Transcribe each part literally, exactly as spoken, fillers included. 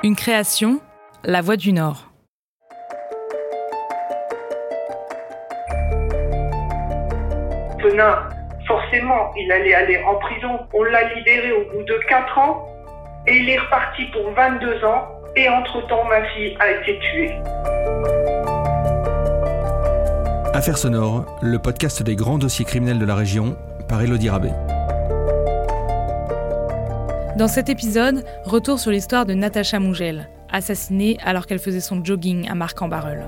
Une création, La Voix du Nord. Penin, forcément, il allait aller en prison. On l'a libéré au bout de quatre ans et il est reparti pour vingt-deux ans. Et entre-temps, ma fille a été tuée. Affaires sonores, le podcast des grands dossiers criminels de la région, par Élodie Rabet. Dans cet épisode, retour sur l'histoire de Natacha Mougel, assassinée alors qu'elle faisait son jogging à Marcq-en-Barœul.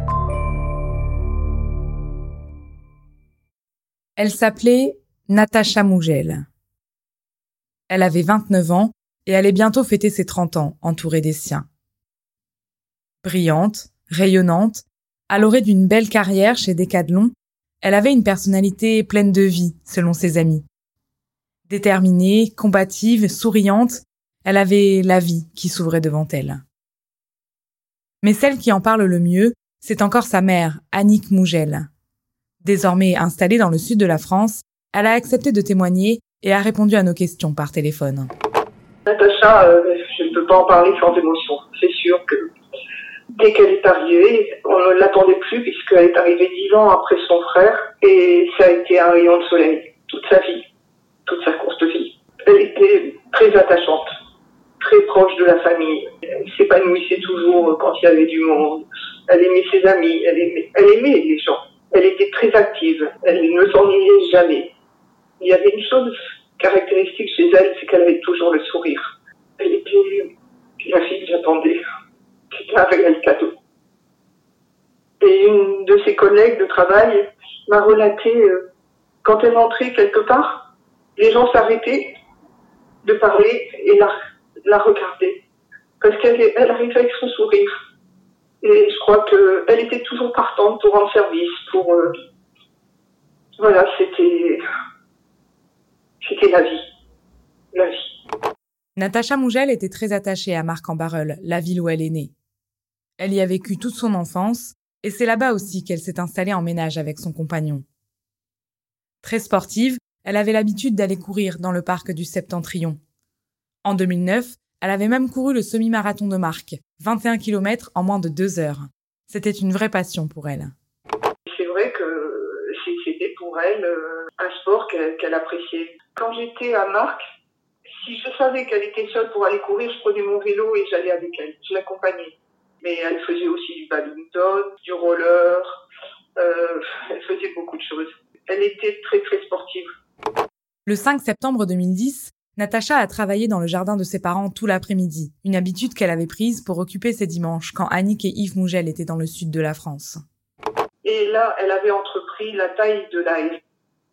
Elle s'appelait Natacha Mougel. Elle avait vingt-neuf ans et allait bientôt fêter ses trente ans, entourée des siens. Brillante, rayonnante, à l'orée d'une belle carrière chez Decathlon, elle avait une personnalité pleine de vie, selon ses amis. Déterminée, combative, souriante, elle avait la vie qui s'ouvrait devant elle. Mais celle qui en parle le mieux, c'est encore sa mère, Annick Mougel. Désormais installée dans le sud de la France, elle a accepté de témoigner et a répondu à nos questions par téléphone. Natacha, euh, je ne peux pas en parler sans émotion. C'est sûr que dès qu'elle est arrivée, on ne l'attendait plus puisqu'elle est arrivée dix ans après son frère et ça a été un rayon de soleil toute sa vie, toute sa courte vie. Elle était très attachante, très proche de la famille. Elle s'épanouissait toujours quand il y avait du monde. Elle aimait ses amis, elle aimait, elle aimait les gens. Elle était très active, elle ne s'ennuyait jamais. Il y avait une chose caractéristique chez elle, c'est qu'elle avait toujours le sourire. Elle était la fille que j'attendais. C'était un réel cadeau. Et une de ses collègues de travail m'a relaté, euh, quand elle entrait quelque part, les gens s'arrêtaient de parler et la, la regardaient. Parce qu'elle elle arrivait avec son sourire. Et je crois qu'elle était toujours partante pour rendre service, pour... Euh, voilà, c'était... C'était la vie. La vie. Natacha Mougel était très attachée à Marcq-en-Barœul, la ville où elle est née. Elle y a vécu toute son enfance, et c'est là-bas aussi qu'elle s'est installée en ménage avec son compagnon. Très sportive, elle avait l'habitude d'aller courir dans le parc du Septentrion. En deux mille neuf, elle avait même couru le semi-marathon de Marcq, vingt et un kilomètres en moins de deux heures. C'était une vraie passion pour elle. C'est vrai que c'était pour elle un sport qu'elle, qu'elle appréciait. Quand j'étais à Marcq, si je savais qu'elle était seule pour aller courir, je prenais mon vélo et j'allais avec elle. Je l'accompagnais. Mais elle faisait aussi du badminton, du roller, euh, elle faisait beaucoup de choses. Elle était très très sportive. Le cinq septembre deux mille dix, Natacha a travaillé dans le jardin de ses parents tout l'après-midi, une habitude qu'elle avait prise pour occuper ses dimanches quand Annick et Yves Mougel étaient dans le sud de la France. Et là, elle avait entrepris la taille de la haie,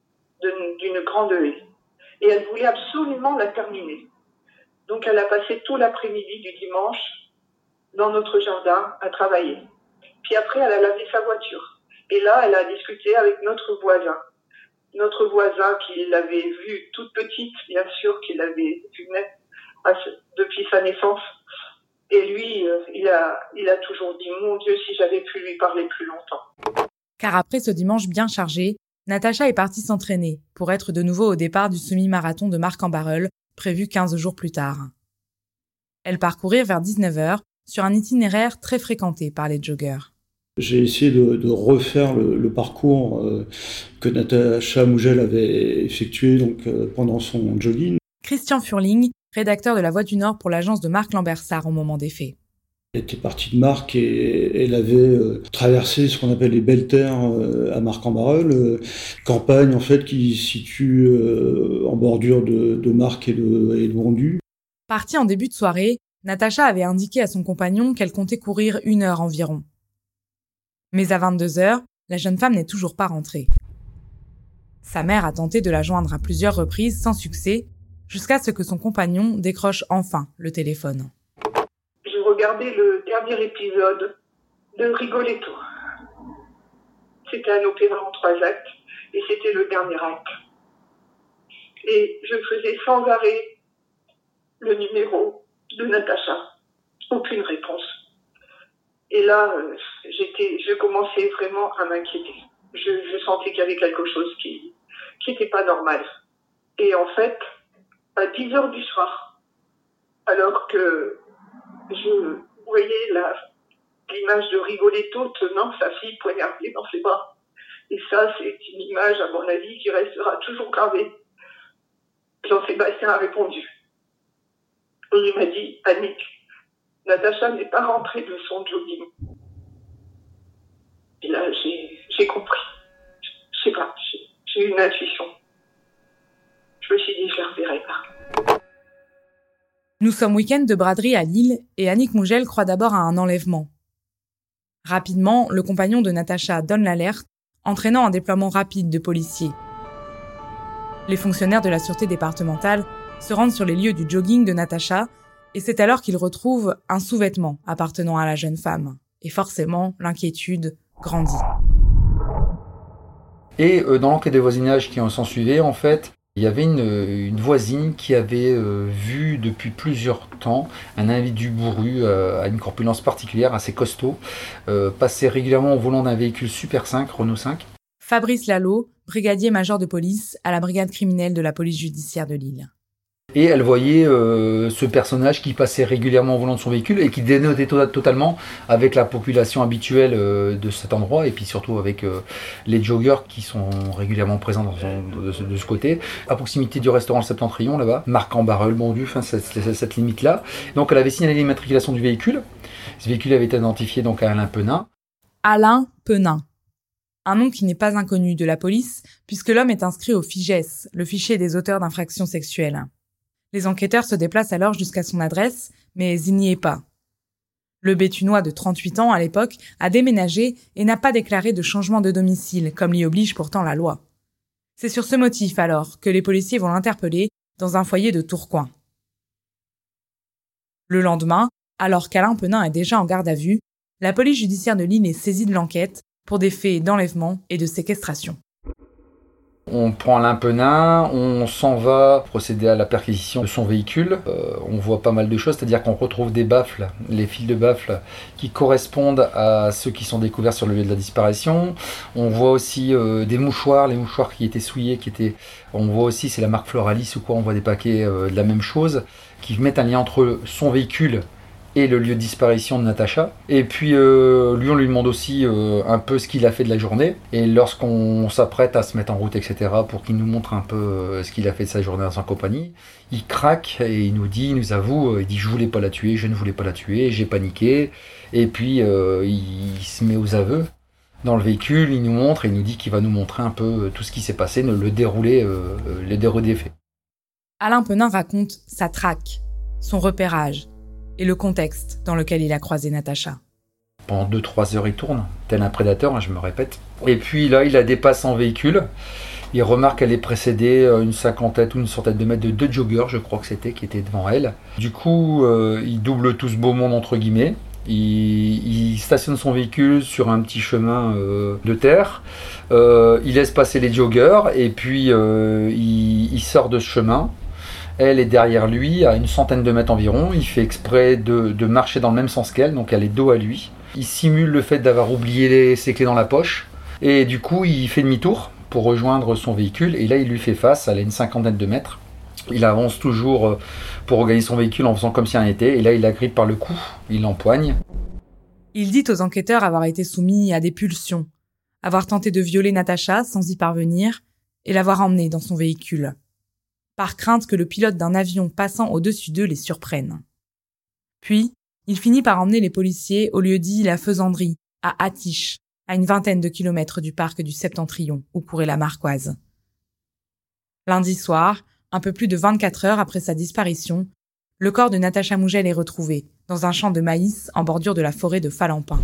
d'une grande haie. Et elle voulait absolument la terminer. Donc elle a passé tout l'après-midi du dimanche dans notre jardin à travailler. Puis après, elle a lavé sa voiture. Et là, elle a discuté avec notre voisin. Notre voisin qui l'avait vue toute petite, bien sûr, qui l'avait vue naître depuis sa naissance. Et lui, il a, il a toujours dit, mon Dieu, si j'avais pu lui parler plus longtemps. Car après ce dimanche bien chargé, Natacha est partie s'entraîner pour être de nouveau au départ du semi-marathon de Marcq-en-Barœul, prévu quinze jours plus tard. Elle parcourait vers dix-neuf heures sur un itinéraire très fréquenté par les joggeurs. J'ai essayé de, de refaire le, le parcours euh, que Natacha Mougel avait effectué donc, euh, pendant son jogging. Christian Furling, rédacteur de La Voix du Nord pour l'agence de Marc Lambersart au moment des faits. Elle était partie de Marcq et elle avait euh, traversé ce qu'on appelle les belles terres euh, à Marcq-en-Barœul, euh, campagne en fait qui se situe euh, en bordure de, de Marcq et de, et de Bondu. Partie en début de soirée, Natacha avait indiqué à son compagnon qu'elle comptait courir une heure environ. Mais à vingt-deux heures, la jeune femme n'est toujours pas rentrée. Sa mère a tenté de la joindre à plusieurs reprises sans succès, jusqu'à ce que son compagnon décroche enfin le téléphone. Je regardais le dernier épisode de Rigoletto. C'était un opéra en trois actes, et c'était le dernier acte. Et je faisais sans arrêt le numéro de Natacha. Aucune réponse. Et là, euh, j'étais, je commençais vraiment à m'inquiéter. Je, je sentais qu'il y avait quelque chose qui qui n'était pas normal. Et en fait, à dix heures du soir, alors que Je voyais la, l'image de Rigoletto tenant sa fille poignardée dans ses bras. Et ça, c'est une image, à mon avis, qui restera toujours gravée. Jean-Sébastien a répondu. Il m'a dit, Annick, Natacha n'est pas rentrée de son jogging. Et là, j'ai, j'ai compris. Je sais pas, j'ai, j'ai eu une intuition. Je me suis dit, je la reverrai pas. Nous sommes week-end de braderie à Lille et Annick Mougel croit d'abord à un enlèvement. Rapidement, le compagnon de Natacha donne l'alerte, entraînant un déploiement rapide de policiers. Les fonctionnaires de la sûreté départementale se rendent sur les lieux du jogging de Natacha et c'est alors qu'ils retrouvent un sous-vêtement appartenant à la jeune femme. Et forcément, l'inquiétude grandit. Et euh, dans l'enquête de voisinage qui s'en suivait, en fait, il y avait une, une voisine qui avait euh, vu depuis plusieurs temps un individu bourru euh, à une corpulence particulière, assez costaud, euh, passer régulièrement au volant d'un véhicule Super cinq, Renault cinq. Fabrice Lalo, brigadier-major de police à la brigade criminelle de la police judiciaire de Lille. Et elle voyait euh, ce personnage qui passait régulièrement au volant de son véhicule et qui dénotait to- totalement avec la population habituelle euh, de cet endroit et puis surtout avec euh, les joggers qui sont régulièrement présents dans son, de, de, de ce côté. À proximité du restaurant Le Septentrion, là-bas, Marc-en-Barœul, Bondu, enfin, cette, cette, cette limite-là. Donc elle avait signalé l'immatriculation du véhicule. Ce véhicule avait été identifié donc à Alain Penin. Alain Penin. Un nom qui n'est pas inconnu de la police puisque l'homme est inscrit au FIGES, le fichier des auteurs d'infractions sexuelles. Les enquêteurs se déplacent alors jusqu'à son adresse, mais il n'y est pas. Le Béthunois de trente-huit ans à l'époque a déménagé et n'a pas déclaré de changement de domicile, comme l'y oblige pourtant la loi. C'est sur ce motif alors que les policiers vont l'interpeller dans un foyer de Tourcoing. Le lendemain, alors qu'Alain Penin est déjà en garde à vue, la police judiciaire de Lille est saisie de l'enquête pour des faits d'enlèvement et de séquestration. On prend Alain Penin, on s'en va procéder à la perquisition de son véhicule. Euh, on voit pas mal de choses, c'est-à-dire qu'on retrouve des baffles, les fils de baffles qui correspondent à ceux qui sont découverts sur le lieu de la disparition. On voit aussi euh, des mouchoirs, les mouchoirs qui étaient souillés, qui étaient. On voit aussi, c'est la marque Floralis ou quoi, on voit des paquets euh, de la même chose, qui mettent un lien entre son véhicule et le lieu de disparition de Natacha. Et puis euh, lui, on lui demande aussi euh, un peu ce qu'il a fait de la journée. Et lorsqu'on s'apprête à se mettre en route, et cetera, pour qu'il nous montre un peu euh, ce qu'il a fait de sa journée dans sa compagnie, il craque et il nous dit, il nous avoue, euh, il dit « je voulais pas la tuer, je ne voulais pas la tuer, j'ai paniqué ». Et puis euh, il, il se met aux aveux. Dans le véhicule, il nous montre et il nous dit qu'il va nous montrer un peu tout ce qui s'est passé, le déroulé, euh, le déroulé des faits. Alain Penin raconte sa traque, son repérage, et le contexte dans lequel il a croisé Natacha. Pendant deux trois heures, il tourne, tel un prédateur, hein, je me répète. Et puis là, il la dépasse en véhicule. Il remarque qu'elle est précédée une cinquantaine ou une centaine de mètres de deux joggers, je crois que c'était, qui étaient devant elle. Du coup, euh, il double tout ce beau monde, entre guillemets. Il, il stationne son véhicule sur un petit chemin euh, de terre. Euh, il laisse passer les joggers et puis euh, il, il sort de ce chemin. Elle est derrière lui, à une centaine de mètres environ. Il fait exprès de, de marcher dans le même sens qu'elle, donc elle est dos à lui. Il simule le fait d'avoir oublié les, ses clés dans la poche. Et du coup, il fait demi-tour pour rejoindre son véhicule. Et là, il lui fait face, elle est une cinquantaine de mètres. Il avance toujours pour regagner son véhicule en faisant comme si rien n'était. Et là, il l'agrippe par le cou, il l'empoigne. Il dit aux enquêteurs avoir été soumis à des pulsions, avoir tenté de violer Natacha sans y parvenir et l'avoir emmenée dans son véhicule, par crainte que le pilote d'un avion passant au-dessus d'eux les surprenne. Puis, il finit par emmener les policiers au lieu dit La Faisanderie, à Attiche, à une vingtaine de kilomètres du parc du Septentrion, où courait la Marquoise. Lundi soir, un peu plus de vingt-quatre heures après sa disparition, le corps de Natacha Mougel est retrouvé, dans un champ de maïs en bordure de la forêt de Falampin.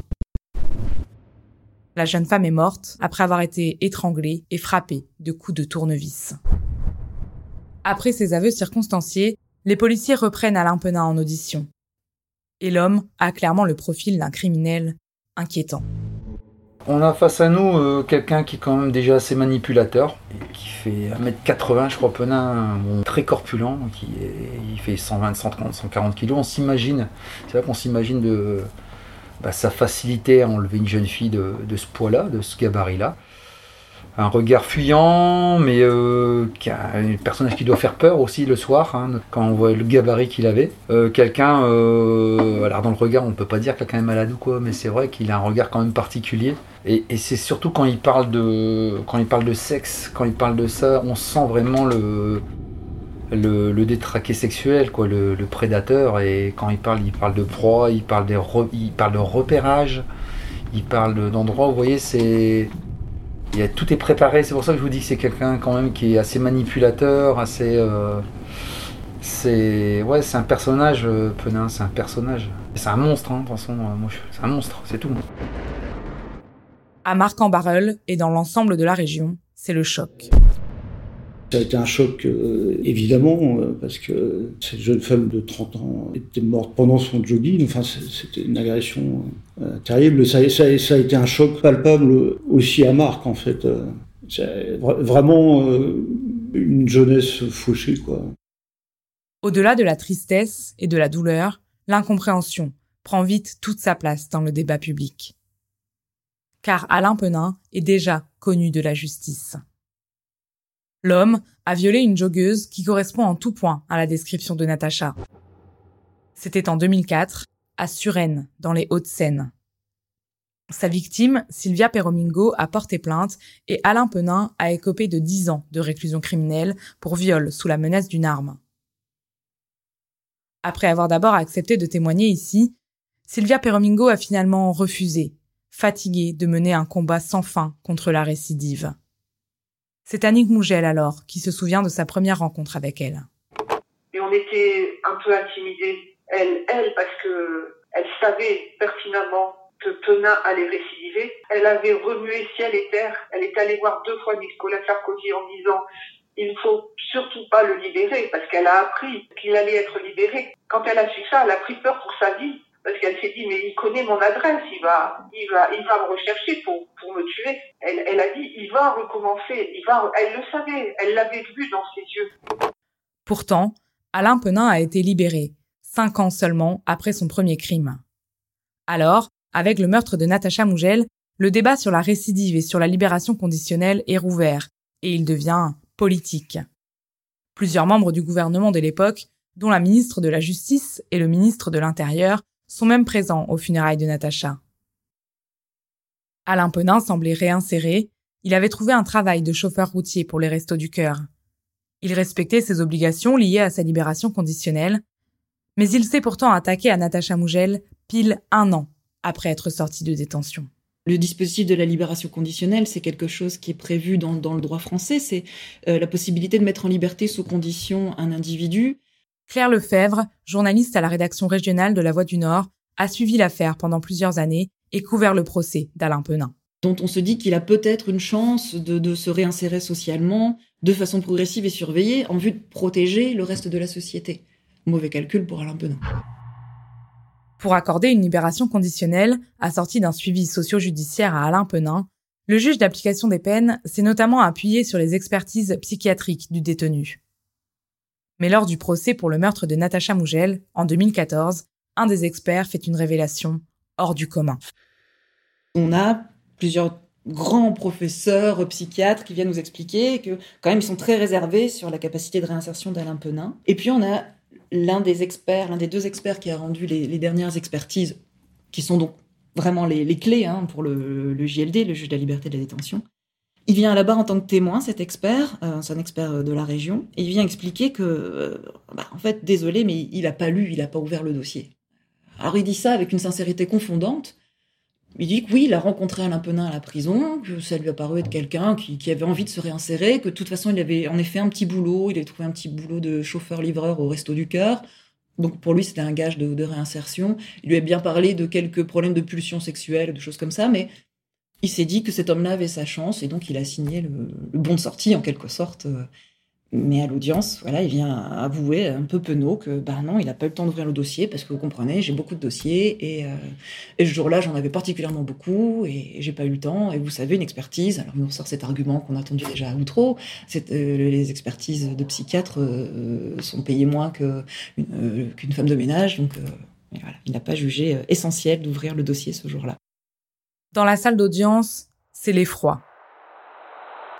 La jeune femme est morte après avoir été étranglée et frappée de coups de tournevis. Après ces aveux circonstanciés, les policiers reprennent Alain Penin en audition. Et l'homme a clairement le profil d'un criminel inquiétant. On a face à nous euh, quelqu'un qui est quand même déjà assez manipulateur, qui fait un mètre quatre-vingts, je crois, Penin, bon, très corpulent, qui est, il fait cent vingt, cent trente, cent quarante kilos. On s'imagine, c'est vrai qu'on s'imagine de bah, sa facilité à enlever une jeune fille de, de ce poids-là, de ce gabarit-là. un regard fuyant, mais euh, qui a un personnage qui doit faire peur aussi le soir, hein, quand on voit le gabarit qu'il avait. Euh, quelqu'un, euh, alors dans le regard, on ne peut pas dire que quelqu'un est malade ou quoi, mais c'est vrai qu'il a un regard quand même particulier. Et, et c'est surtout quand il parle de, quand il parle de sexe, quand il parle de ça, on sent vraiment le, le, le détraqué sexuel, quoi, le, le prédateur. Et quand il parle, il parle de proie, il parle, des re, il parle de repérage, il parle d'endroits. Vous voyez, c'est Il y a, tout est préparé, c'est pour ça que je vous dis que c'est quelqu'un quand même qui est assez manipulateur, assez... Euh, c'est, ouais, c'est un personnage, euh, Penin, c'est un personnage. Et c'est un monstre, hein, de toute façon, euh, moi, je, c'est un monstre, c'est tout. À Marcq-en-Barœul et dans l'ensemble de la région, c'est le choc. Ça a été un choc, euh, évidemment, euh, parce que cette jeune femme de trente ans était morte pendant son jogging. Enfin, c'était une agression euh, terrible. Ça, ça, ça a été un choc palpable aussi à Marcq, en fait. Euh, c'est vraiment euh, une jeunesse fauchée, quoi. Au-delà de la tristesse et de la douleur, l'incompréhension prend vite toute sa place dans le débat public. Car Alain Penin est déjà connu de la justice. L'homme a violé une joggeuse qui correspond en tout point à la description de Natacha. C'était en deux mille quatre, à Suresnes, dans les Hauts-de-Seine. Sa victime, Sylvia Peromingo, a porté plainte et Alain Penin a écopé de dix ans de réclusion criminelle pour viol sous la menace d'une arme. Après avoir d'abord accepté de témoigner ici, Sylvia Peromingo a finalement refusé, fatiguée de mener un combat sans fin contre la récidive. C'est Annick Mougel alors qui se souvient de sa première rencontre avec elle. Et on était un peu intimidés, elle, elle, parce que elle savait pertinemment que Penin allait récidiver. Elle avait remué ciel et terre. Elle est allée voir deux fois Nicolas Sarkozy en disant « il ne faut surtout pas le libérer » parce qu'elle a appris qu'il allait être libéré. Quand elle a su ça, elle a pris peur pour sa vie. Parce qu'elle s'est dit, mais il connaît mon adresse, il va, il va, il va me rechercher pour, pour me tuer. Elle, elle a dit, il va recommencer, il va, elle le savait, elle l'avait vu dans ses yeux. Pourtant, Alain Penin a été libéré, cinq ans seulement après son premier crime. Alors, avec le meurtre de Natacha Mougel, le débat sur la récidive et sur la libération conditionnelle est rouvert, et il devient politique. Plusieurs membres du gouvernement de l'époque, dont la ministre de la Justice et le ministre de l'Intérieur, sont même présents aux funérailles de Natacha. Alain Penin semblait réinséré, il avait trouvé un travail de chauffeur routier pour les Restos du Cœur. Il respectait ses obligations liées à sa libération conditionnelle, mais il s'est pourtant attaqué à Natacha Mougel pile un an après être sorti de détention. Le dispositif de la libération conditionnelle, c'est quelque chose qui est prévu dans, dans le droit français, c'est euh, la possibilité de mettre en liberté sous condition un individu. Claire Lefebvre, journaliste à la rédaction régionale de La Voix du Nord, a suivi l'affaire pendant plusieurs années et couvert le procès d'Alain Penin. Dont on se dit qu'il a peut-être une chance de, de se réinsérer socialement de façon progressive et surveillée en vue de protéger le reste de la société. Mauvais calcul pour Alain Penin. Pour accorder une libération conditionnelle, assortie d'un suivi socio-judiciaire à Alain Penin, le juge d'application des peines s'est notamment appuyé sur les expertises psychiatriques du détenu. Mais lors du procès pour le meurtre de Natacha Mougel, en deux mille quatorze, un des experts fait une révélation hors du commun. On a plusieurs grands professeurs psychiatres qui viennent nous expliquer que quand même ils sont très réservés sur la capacité de réinsertion d'Alain Penin. Et puis on a l'un des experts, l'un des deux experts qui a rendu les, les dernières expertises, qui sont donc vraiment les, les clés hein, pour le, le J L D, le juge de la liberté de la détention. Il vient là-bas en tant que témoin, cet expert, euh, c'est un expert de la région, et il vient expliquer que, euh, bah, en fait, désolé, mais il n'a pas lu, il n'a pas ouvert le dossier. Alors il dit ça avec une sincérité confondante. Il dit que oui, il a rencontré Alain Penin à la prison, que ça lui a paru être quelqu'un qui, qui avait envie de se réinsérer, que de toute façon, il avait en effet un petit boulot, il avait trouvé un petit boulot de chauffeur-livreur au Resto du Cœur. Donc pour lui, c'était un gage de, de réinsertion. Il lui a bien parlé de quelques problèmes de pulsion sexuelle, de choses comme ça, mais il s'est dit que cet homme-là avait sa chance, et donc il a signé le, le bon de sortie, en quelque sorte. Mais à l'audience, voilà, il vient avouer un peu penaud que, bah non, il n'a pas eu le temps d'ouvrir le dossier, parce que vous comprenez, j'ai beaucoup de dossiers, et, euh, et ce jour-là, j'en avais particulièrement beaucoup, et j'ai pas eu le temps, et vous savez, une expertise, alors il nous sort cet argument qu'on a entendu déjà à outro, c'est, euh, les expertises de psychiatres euh, sont payées moins que, une, euh, qu'une femme de ménage, donc euh, voilà, il n'a pas jugé euh, essentiel d'ouvrir le dossier ce jour-là. Dans la salle d'audience, c'est l'effroi.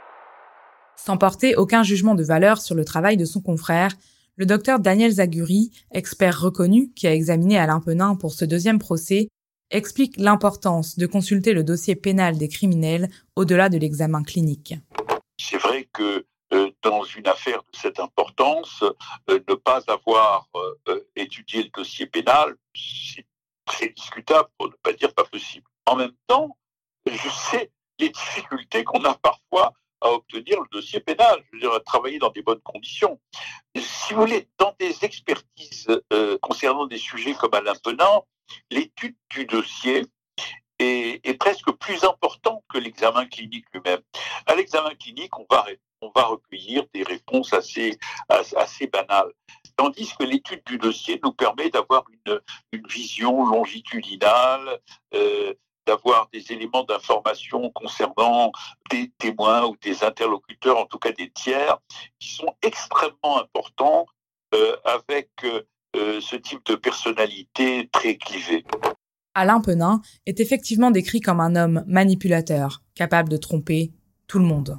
Sans porter aucun jugement de valeur sur le travail de son confrère, le docteur Daniel Zaguri, expert reconnu qui a examiné Alain Penin pour ce deuxième procès, explique l'importance de consulter le dossier pénal des criminels au-delà de l'examen clinique. C'est vrai que euh, dans une affaire de cette importance, euh, ne pas avoir euh, étudié le dossier pénal, c'est très discutable, pour ne pas dire pas possible. En même temps, je sais les difficultés qu'on a parfois à obtenir le dossier pénal, je veux dire, à travailler dans des bonnes conditions. Si vous voulez, dans des expertises euh, concernant des sujets comme Alain Penin, l'étude du dossier est, est presque plus importante que l'examen clinique lui-même. À l'examen clinique, on va, on va recueillir des réponses assez, assez banales. Tandis que l'étude du dossier nous permet d'avoir une, une vision longitudinale, euh, d'avoir des éléments d'information concernant des témoins ou des interlocuteurs, en tout cas des tiers, qui sont extrêmement importants euh, avec euh, ce type de personnalité très clivée. Alain Penin est effectivement décrit comme un homme manipulateur, capable de tromper tout le monde.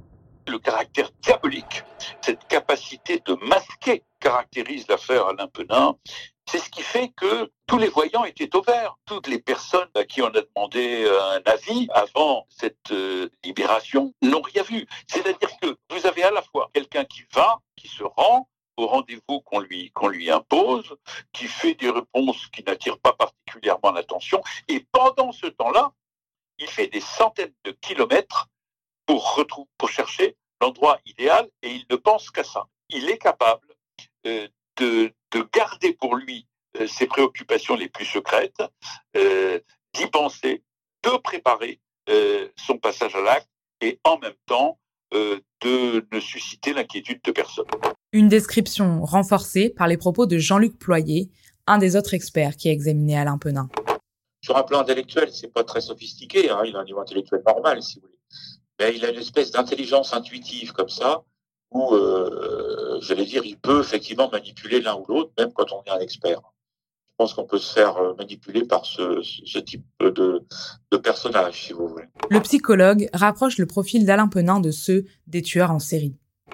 Le caractère diabolique, cette capacité de masquer caractérise l'affaire Alain Penin. C'est ce qui fait que tous les voyants étaient au vert. Toutes les personnes à qui on a demandé un avis avant cette euh, libération n'ont rien vu. C'est-à-dire que vous avez à la fois quelqu'un qui va, qui se rend au rendez-vous qu'on lui, qu'on lui impose, qui fait des réponses qui n'attirent pas particulièrement l'attention, et pendant ce temps-là, il fait des centaines de kilomètres pour, retrouver, pour chercher l'endroit idéal, et il ne pense qu'à ça. Il est capable euh, de, de garder pour lui euh, ses préoccupations les plus secrètes, euh, d'y penser, de préparer euh, son passage à l'acte, et en même temps euh, de ne susciter l'inquiétude de personne. Une description renforcée par les propos de Jean-Luc Ployer, un des autres experts qui a examiné Alain Penin. Sur un plan intellectuel, c'est pas très sophistiqué, hein, il a un niveau intellectuel normal, si vous voulez. Mais il a une espèce d'intelligence intuitive comme ça, où, euh, j'allais dire, il peut effectivement manipuler l'un ou l'autre, même quand on est un expert. Je pense qu'on peut se faire manipuler par ce, ce type de, de personnage, si vous voulez. Le psychologue rapproche le profil d'Alain Penin de ceux des tueurs en série.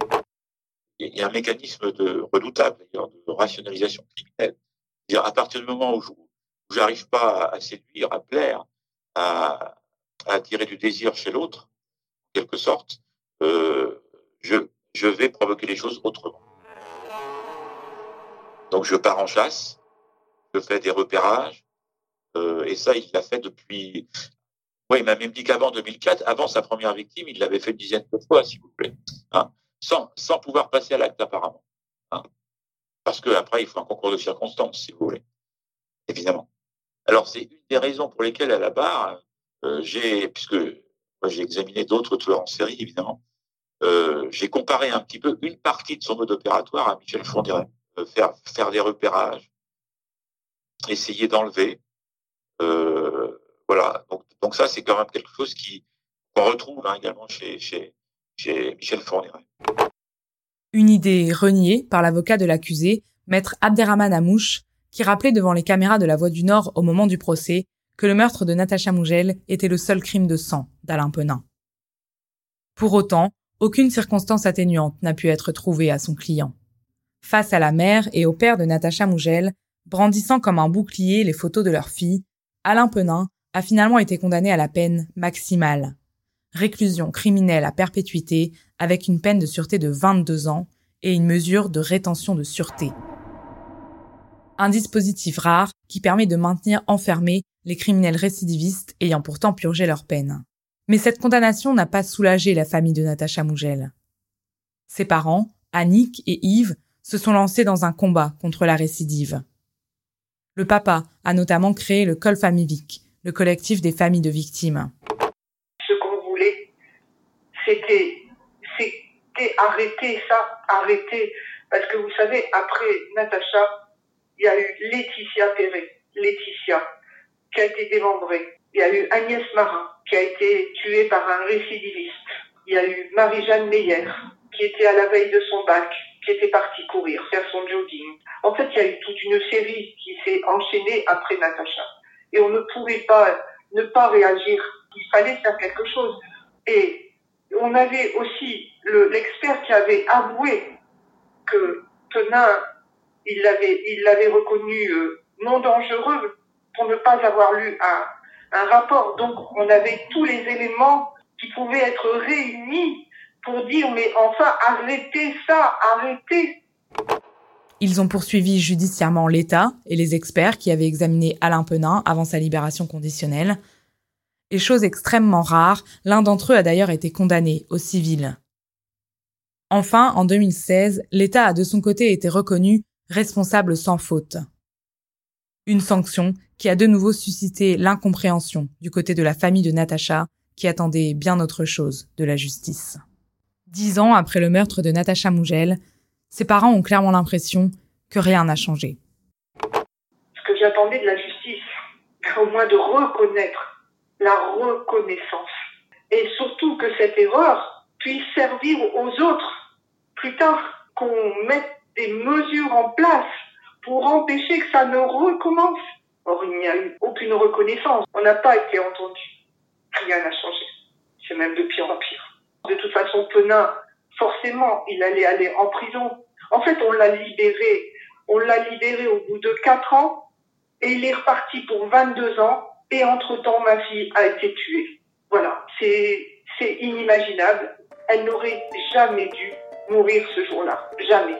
Il y a un mécanisme de, redoutable, d'ailleurs, de rationalisation criminelle. C'est-à-dire, à partir du moment où je n'arrive pas à séduire, à plaire, à, à attirer du désir chez l'autre, en quelque sorte, euh, je, je vais provoquer les choses autrement. Donc, je pars en chasse, je fais des repérages, euh, et ça, il l'a fait depuis... Ouais, il m'a même dit qu'avant deux mille quatre, avant sa première victime, il l'avait fait une dizaine de fois, s'il vous plaît. Hein, sans, sans pouvoir passer à l'acte, apparemment. Hein, parce qu'après, il faut un concours de circonstances, si vous voulez. Évidemment. Alors, c'est une des raisons pour lesquelles, à la barre, euh, j'ai... Puisque moi, j'ai examiné d'autres tueurs en série, évidemment, euh, j'ai comparé un petit peu une partie de son mode opératoire à Michel Fourniret. Euh, faire, faire des repérages, essayer d'enlever. Euh, voilà. Donc, donc ça, c'est quand même quelque chose qui, qu'on retrouve hein, également chez, chez, chez Michel Fourniret. Une idée reniée par l'avocat de l'accusé, maître Abderrahmane Amouche, qui rappelait devant les caméras de La Voix du Nord au moment du procès que le meurtre de Natacha Mougel était le seul crime de sang d'Alain Penin. Pour autant, aucune circonstance atténuante n'a pu être trouvée à son client. Face à la mère et au père de Natacha Mougel, brandissant comme un bouclier les photos de leur fille, Alain Penin a finalement été condamné à la peine maximale. Réclusion criminelle à perpétuité avec une peine de sûreté de vingt-deux ans et une mesure de rétention de sûreté. Un dispositif rare qui permet de maintenir enfermés les criminels récidivistes ayant pourtant purgé leur peine. Mais cette condamnation n'a pas soulagé la famille de Natacha Mougel. Ses parents, Annick et Yves, se sont lancés dans un combat contre la récidive. Le papa a notamment créé le Col Famivic, le collectif des familles de victimes. Ce qu'on voulait, c'était, c'était arrêter ça, arrêter. Parce que vous savez, après Natacha, il y a eu Laetitia Perret, Laetitia, qui a été démembrée. Il y a eu Agnès Marin, qui a été tuée par un récidiviste. Il y a eu Marie-Jeanne Meyer, qui était à la veille de son bac, qui était partie courir, faire son jogging. En fait, il y a eu toute une série qui s'est enchaînée après Natacha. Et on ne pouvait pas ne pas réagir. Il fallait faire quelque chose. Et On avait aussi le, l'expert qui avait avoué que Penin, il l'avait, il l'avait reconnu euh, non dangereux pour ne pas avoir lu un, un rapport. Donc, on avait tous les éléments qui pouvaient être réunis pour dire, mais enfin, arrêtez ça, arrêtez. Ils ont poursuivi judiciairement l'État et les experts qui avaient examiné Alain Penin avant sa libération conditionnelle. Et chose extrêmement rare, l'un d'entre eux a d'ailleurs été condamné au civil. Enfin, en deux mille seize, l'État a de son côté été reconnu responsable sans faute. Une sanction qui a de nouveau suscité l'incompréhension du côté de la famille de Natacha, qui attendait bien autre chose de la justice. Dix ans après le meurtre de Natacha Mougel, ses parents ont clairement l'impression que rien n'a changé. Ce que j'attendais de la justice, au moins de reconnaître la reconnaissance. Et surtout que cette erreur puisse servir aux autres plus tard, qu'on mette des mesures en place pour empêcher que ça ne recommence. Or, il n'y a eu aucune reconnaissance. On n'a pas été entendu. Rien n'a changé. C'est même de pire en pire. De toute façon, Penin, forcément, il allait aller en prison. En fait, on l'a libéré. On l'a libéré au bout de quatre ans et il est reparti pour vingt-deux ans. Et entre-temps, ma fille a été tuée. Voilà, c'est, c'est inimaginable. Elle n'aurait jamais dû mourir ce jour-là. Jamais.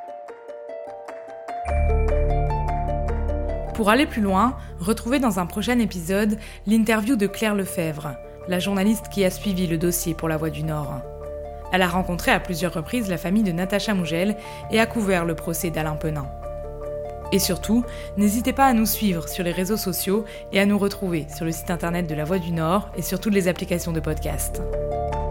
Pour aller plus loin, retrouvez dans un prochain épisode l'interview de Claire Lefebvre, la journaliste qui a suivi le dossier pour La Voix du Nord. Elle a rencontré à plusieurs reprises la famille de Natacha Mougel et a couvert le procès d'Alain Penin. Et surtout, n'hésitez pas à nous suivre sur les réseaux sociaux et à nous retrouver sur le site internet de La Voix du Nord et sur toutes les applications de podcast.